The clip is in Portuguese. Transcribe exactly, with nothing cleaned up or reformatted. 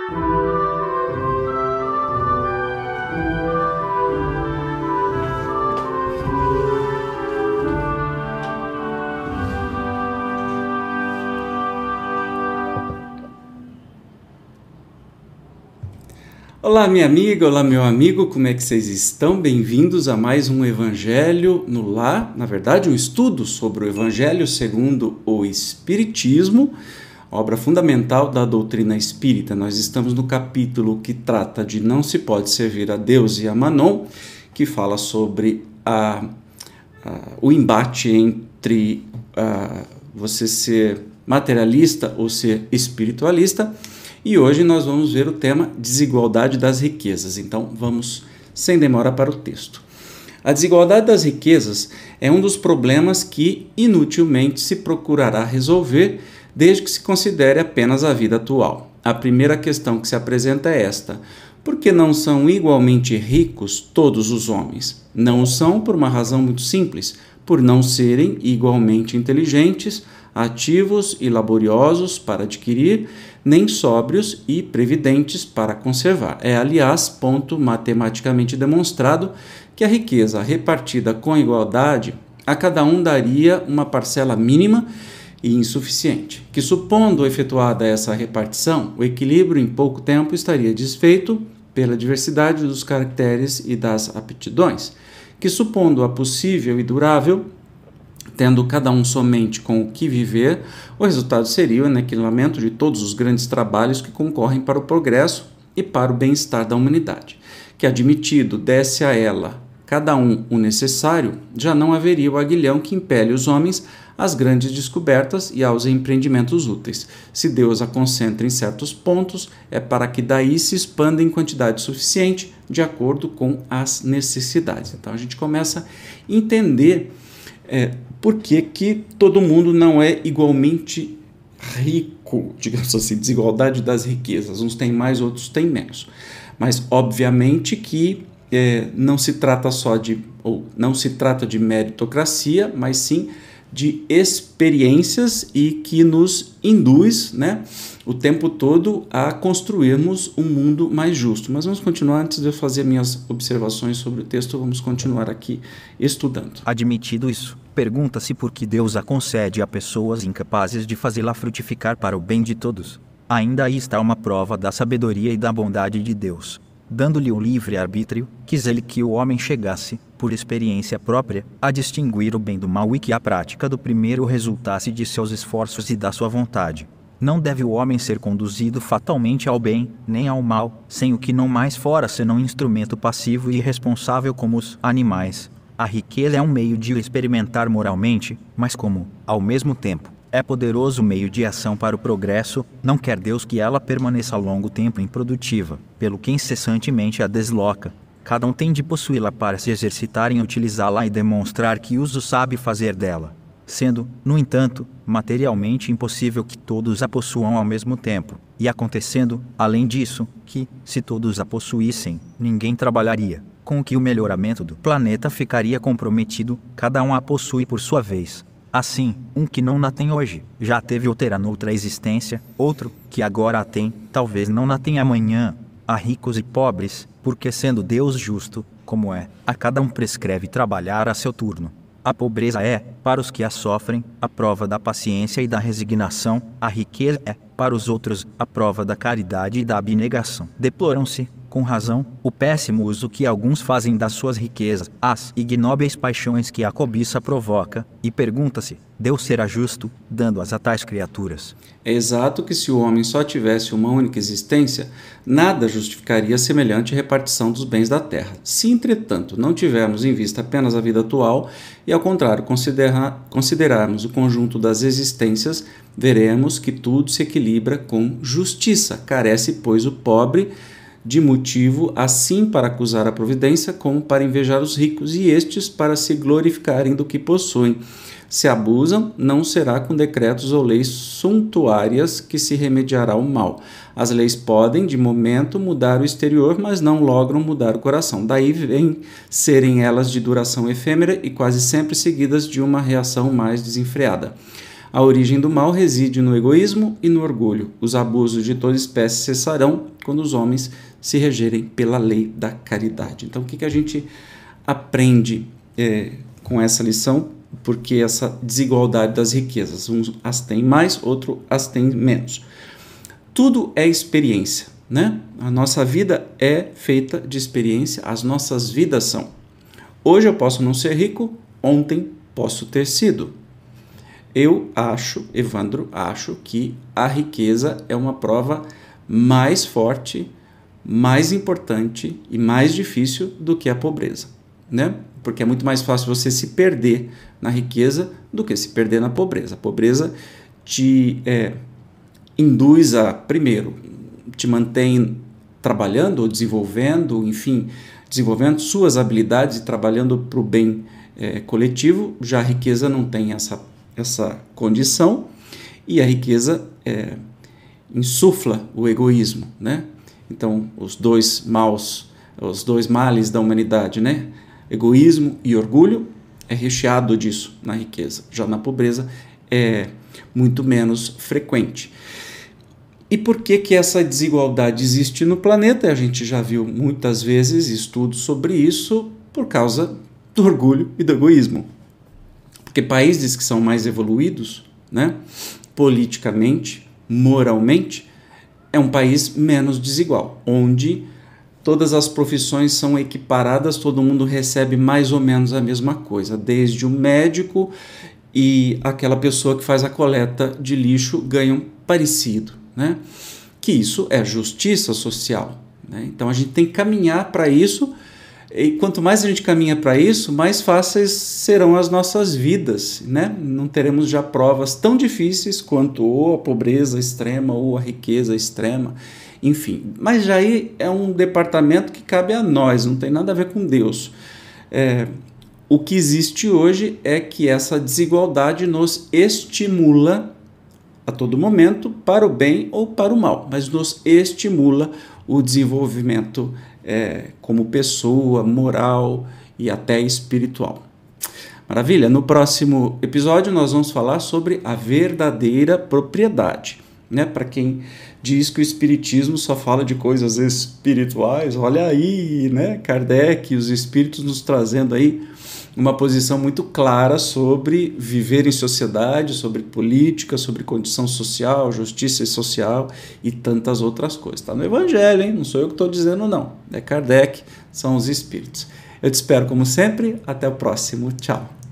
Olá, minha amiga, olá, meu amigo, como é que vocês estão? Bem-vindos a mais um Evangelho no Lar, na verdade, um estudo sobre o Evangelho segundo o Espiritismo, obra fundamental da doutrina espírita. Nós estamos no capítulo que trata de Não se pode servir a Deus e a Manon, que fala sobre a, a, o embate entre a, você ser materialista ou ser espiritualista. E hoje nós vamos ver o tema desigualdade das riquezas. Então vamos sem demora para o texto. A desigualdade das riquezas é um dos problemas que inutilmente se procurará resolver desde que se considere apenas a vida atual. A primeira questão que se apresenta é esta: por que não são igualmente ricos todos os homens? Não o são por uma razão muito simples: por não serem igualmente inteligentes, ativos e laboriosos para adquirir, nem sóbrios e previdentes para conservar. É, aliás, ponto matematicamente demonstrado que a riqueza repartida com igualdade a cada um daria uma parcela mínima e insuficiente, que, supondo efetuada essa repartição, o equilíbrio em pouco tempo estaria desfeito pela diversidade dos caracteres e das aptidões, que, supondo-a possível e durável, tendo cada um somente com o que viver, o resultado seria o aniquilamento de todos os grandes trabalhos que concorrem para o progresso e para o bem-estar da humanidade. Que, admitido, desse a ela cada um o necessário, já não haveria o aguilhão que impele os homens às grandes descobertas e aos empreendimentos úteis. Se Deus a concentra em certos pontos, é para que daí se expanda em quantidade suficiente, de acordo com as necessidades. Então a gente começa a entender É, por que que todo mundo não é igualmente rico, digamos assim, desigualdade das riquezas. Uns têm mais, outros têm menos. Mas, obviamente, que é, não se trata só de, ou não se trata de meritocracia, mas sim de experiências e que nos induz, né, o tempo todo a construirmos um mundo mais justo. Mas vamos continuar. Antes de eu fazer minhas observações sobre o texto, vamos continuar aqui estudando. Admitido isso, pergunta-se por que Deus a concede a pessoas incapazes de fazê-la frutificar para o bem de todos. Ainda aí está uma prova da sabedoria e da bondade de Deus. Dando-lhe o livre-arbítrio, quis ele que o homem chegasse, por experiência própria, a distinguir o bem do mal e que a prática do primeiro resultasse de seus esforços e da sua vontade. Não deve o homem ser conduzido fatalmente ao bem, nem ao mal, sem o que não mais fora senão instrumento passivo e irresponsável como os animais. A riqueza é um meio de experimentar moralmente, mas como, ao mesmo tempo, é poderoso meio de ação para o progresso, não quer Deus que ela permaneça longo tempo improdutiva, pelo que incessantemente a desloca. Cada um tem de possuí-la para se exercitar em utilizá-la e demonstrar que uso sabe fazer dela, sendo, no entanto, materialmente impossível que todos a possuam ao mesmo tempo, e acontecendo, além disso, que, se todos a possuíssem, ninguém trabalharia, com que o melhoramento do planeta ficaria comprometido, cada um a possui por sua vez. Assim, um que não a tem hoje, já teve ou terá noutra existência, outro, que agora a tem, talvez não a tenha amanhã. Há ricos e pobres, porque sendo Deus justo, como é, a cada um prescreve trabalhar a seu turno. A pobreza é, para os que a sofrem, a prova da paciência e da resignação, a riqueza é, para os outros, a prova da caridade e da abnegação. Deploram-se, com razão, o péssimo uso que alguns fazem das suas riquezas, as ignóbeis paixões que a cobiça provoca, e pergunta-se: Deus será justo, dando-as a tais criaturas? É exato que, se o homem só tivesse uma única existência, nada justificaria semelhante repartição dos bens da terra. Se, entretanto, não tivermos em vista apenas a vida atual e, ao contrário, considerar, considerarmos o conjunto das existências, veremos que tudo se equilibra com justiça. Carece, pois, o pobre de motivo assim para acusar a providência como para invejar os ricos, e estes para se glorificarem do que possuem. Se abusam, não será com decretos ou leis suntuárias que se remediará o mal. As leis podem, de momento, mudar o exterior, mas não logram mudar o coração. Daí vem serem elas de duração efêmera e quase sempre seguidas de uma reação mais desenfreada. A origem do mal reside no egoísmo e no orgulho. Os abusos de toda espécie cessarão quando os homens se regerem pela lei da caridade. Então, o que, que a gente aprende é, com essa lição? Porque essa desigualdade das riquezas, uns as têm mais, outro as têm menos. Tudo é experiência, né? A nossa vida é feita de experiência, as nossas vidas são. Hoje eu posso não ser rico, ontem posso ter sido. Eu acho, Evandro, acho que a riqueza é uma prova mais forte, mais importante e mais difícil do que a pobreza, né? Porque é muito mais fácil você se perder na riqueza do que se perder na pobreza. A pobreza te é, induz a, primeiro, te mantém trabalhando ou desenvolvendo, enfim, desenvolvendo suas habilidades e trabalhando para o bem é, coletivo. Já a riqueza não tem essa, essa condição e a riqueza é, insufla o egoísmo, né? Então, os dois maus, os dois males da humanidade, né? Egoísmo e orgulho é recheado disso na riqueza. Já na pobreza é muito menos frequente. E por que que essa desigualdade existe no planeta? A gente já viu muitas vezes estudos sobre isso por causa do orgulho e do egoísmo. Porque países que são mais evoluídos, né, politicamente, moralmente, é um país menos desigual, onde todas as profissões são equiparadas, todo mundo recebe mais ou menos a mesma coisa, desde o médico e aquela pessoa que faz a coleta de lixo ganham parecido, né? Que isso é justiça social, né? Então a gente tem que caminhar para isso, e quanto mais a gente caminha para isso, mais fáceis serão as nossas vidas, né? Não teremos já provas tão difíceis quanto ou a pobreza extrema ou a riqueza extrema, enfim. Mas já aí é um departamento que cabe a nós, não tem nada a ver com Deus. É, o que existe hoje é que essa desigualdade nos estimula a todo momento para o bem ou para o mal, mas nos estimula o desenvolvimento é, como pessoa, moral e até espiritual. Maravilha? No próximo episódio nós vamos falar sobre a verdadeira propriedade, né? Para quem diz que o espiritismo só fala de coisas espirituais, olha aí, né? Kardec e os espíritos nos trazendo aí uma posição muito clara sobre viver em sociedade, sobre política, sobre condição social, justiça social e tantas outras coisas. Está no Evangelho, hein? Não sou eu que estou dizendo, não. É Kardec, são os espíritos. Eu te espero como sempre. Até o próximo. Tchau.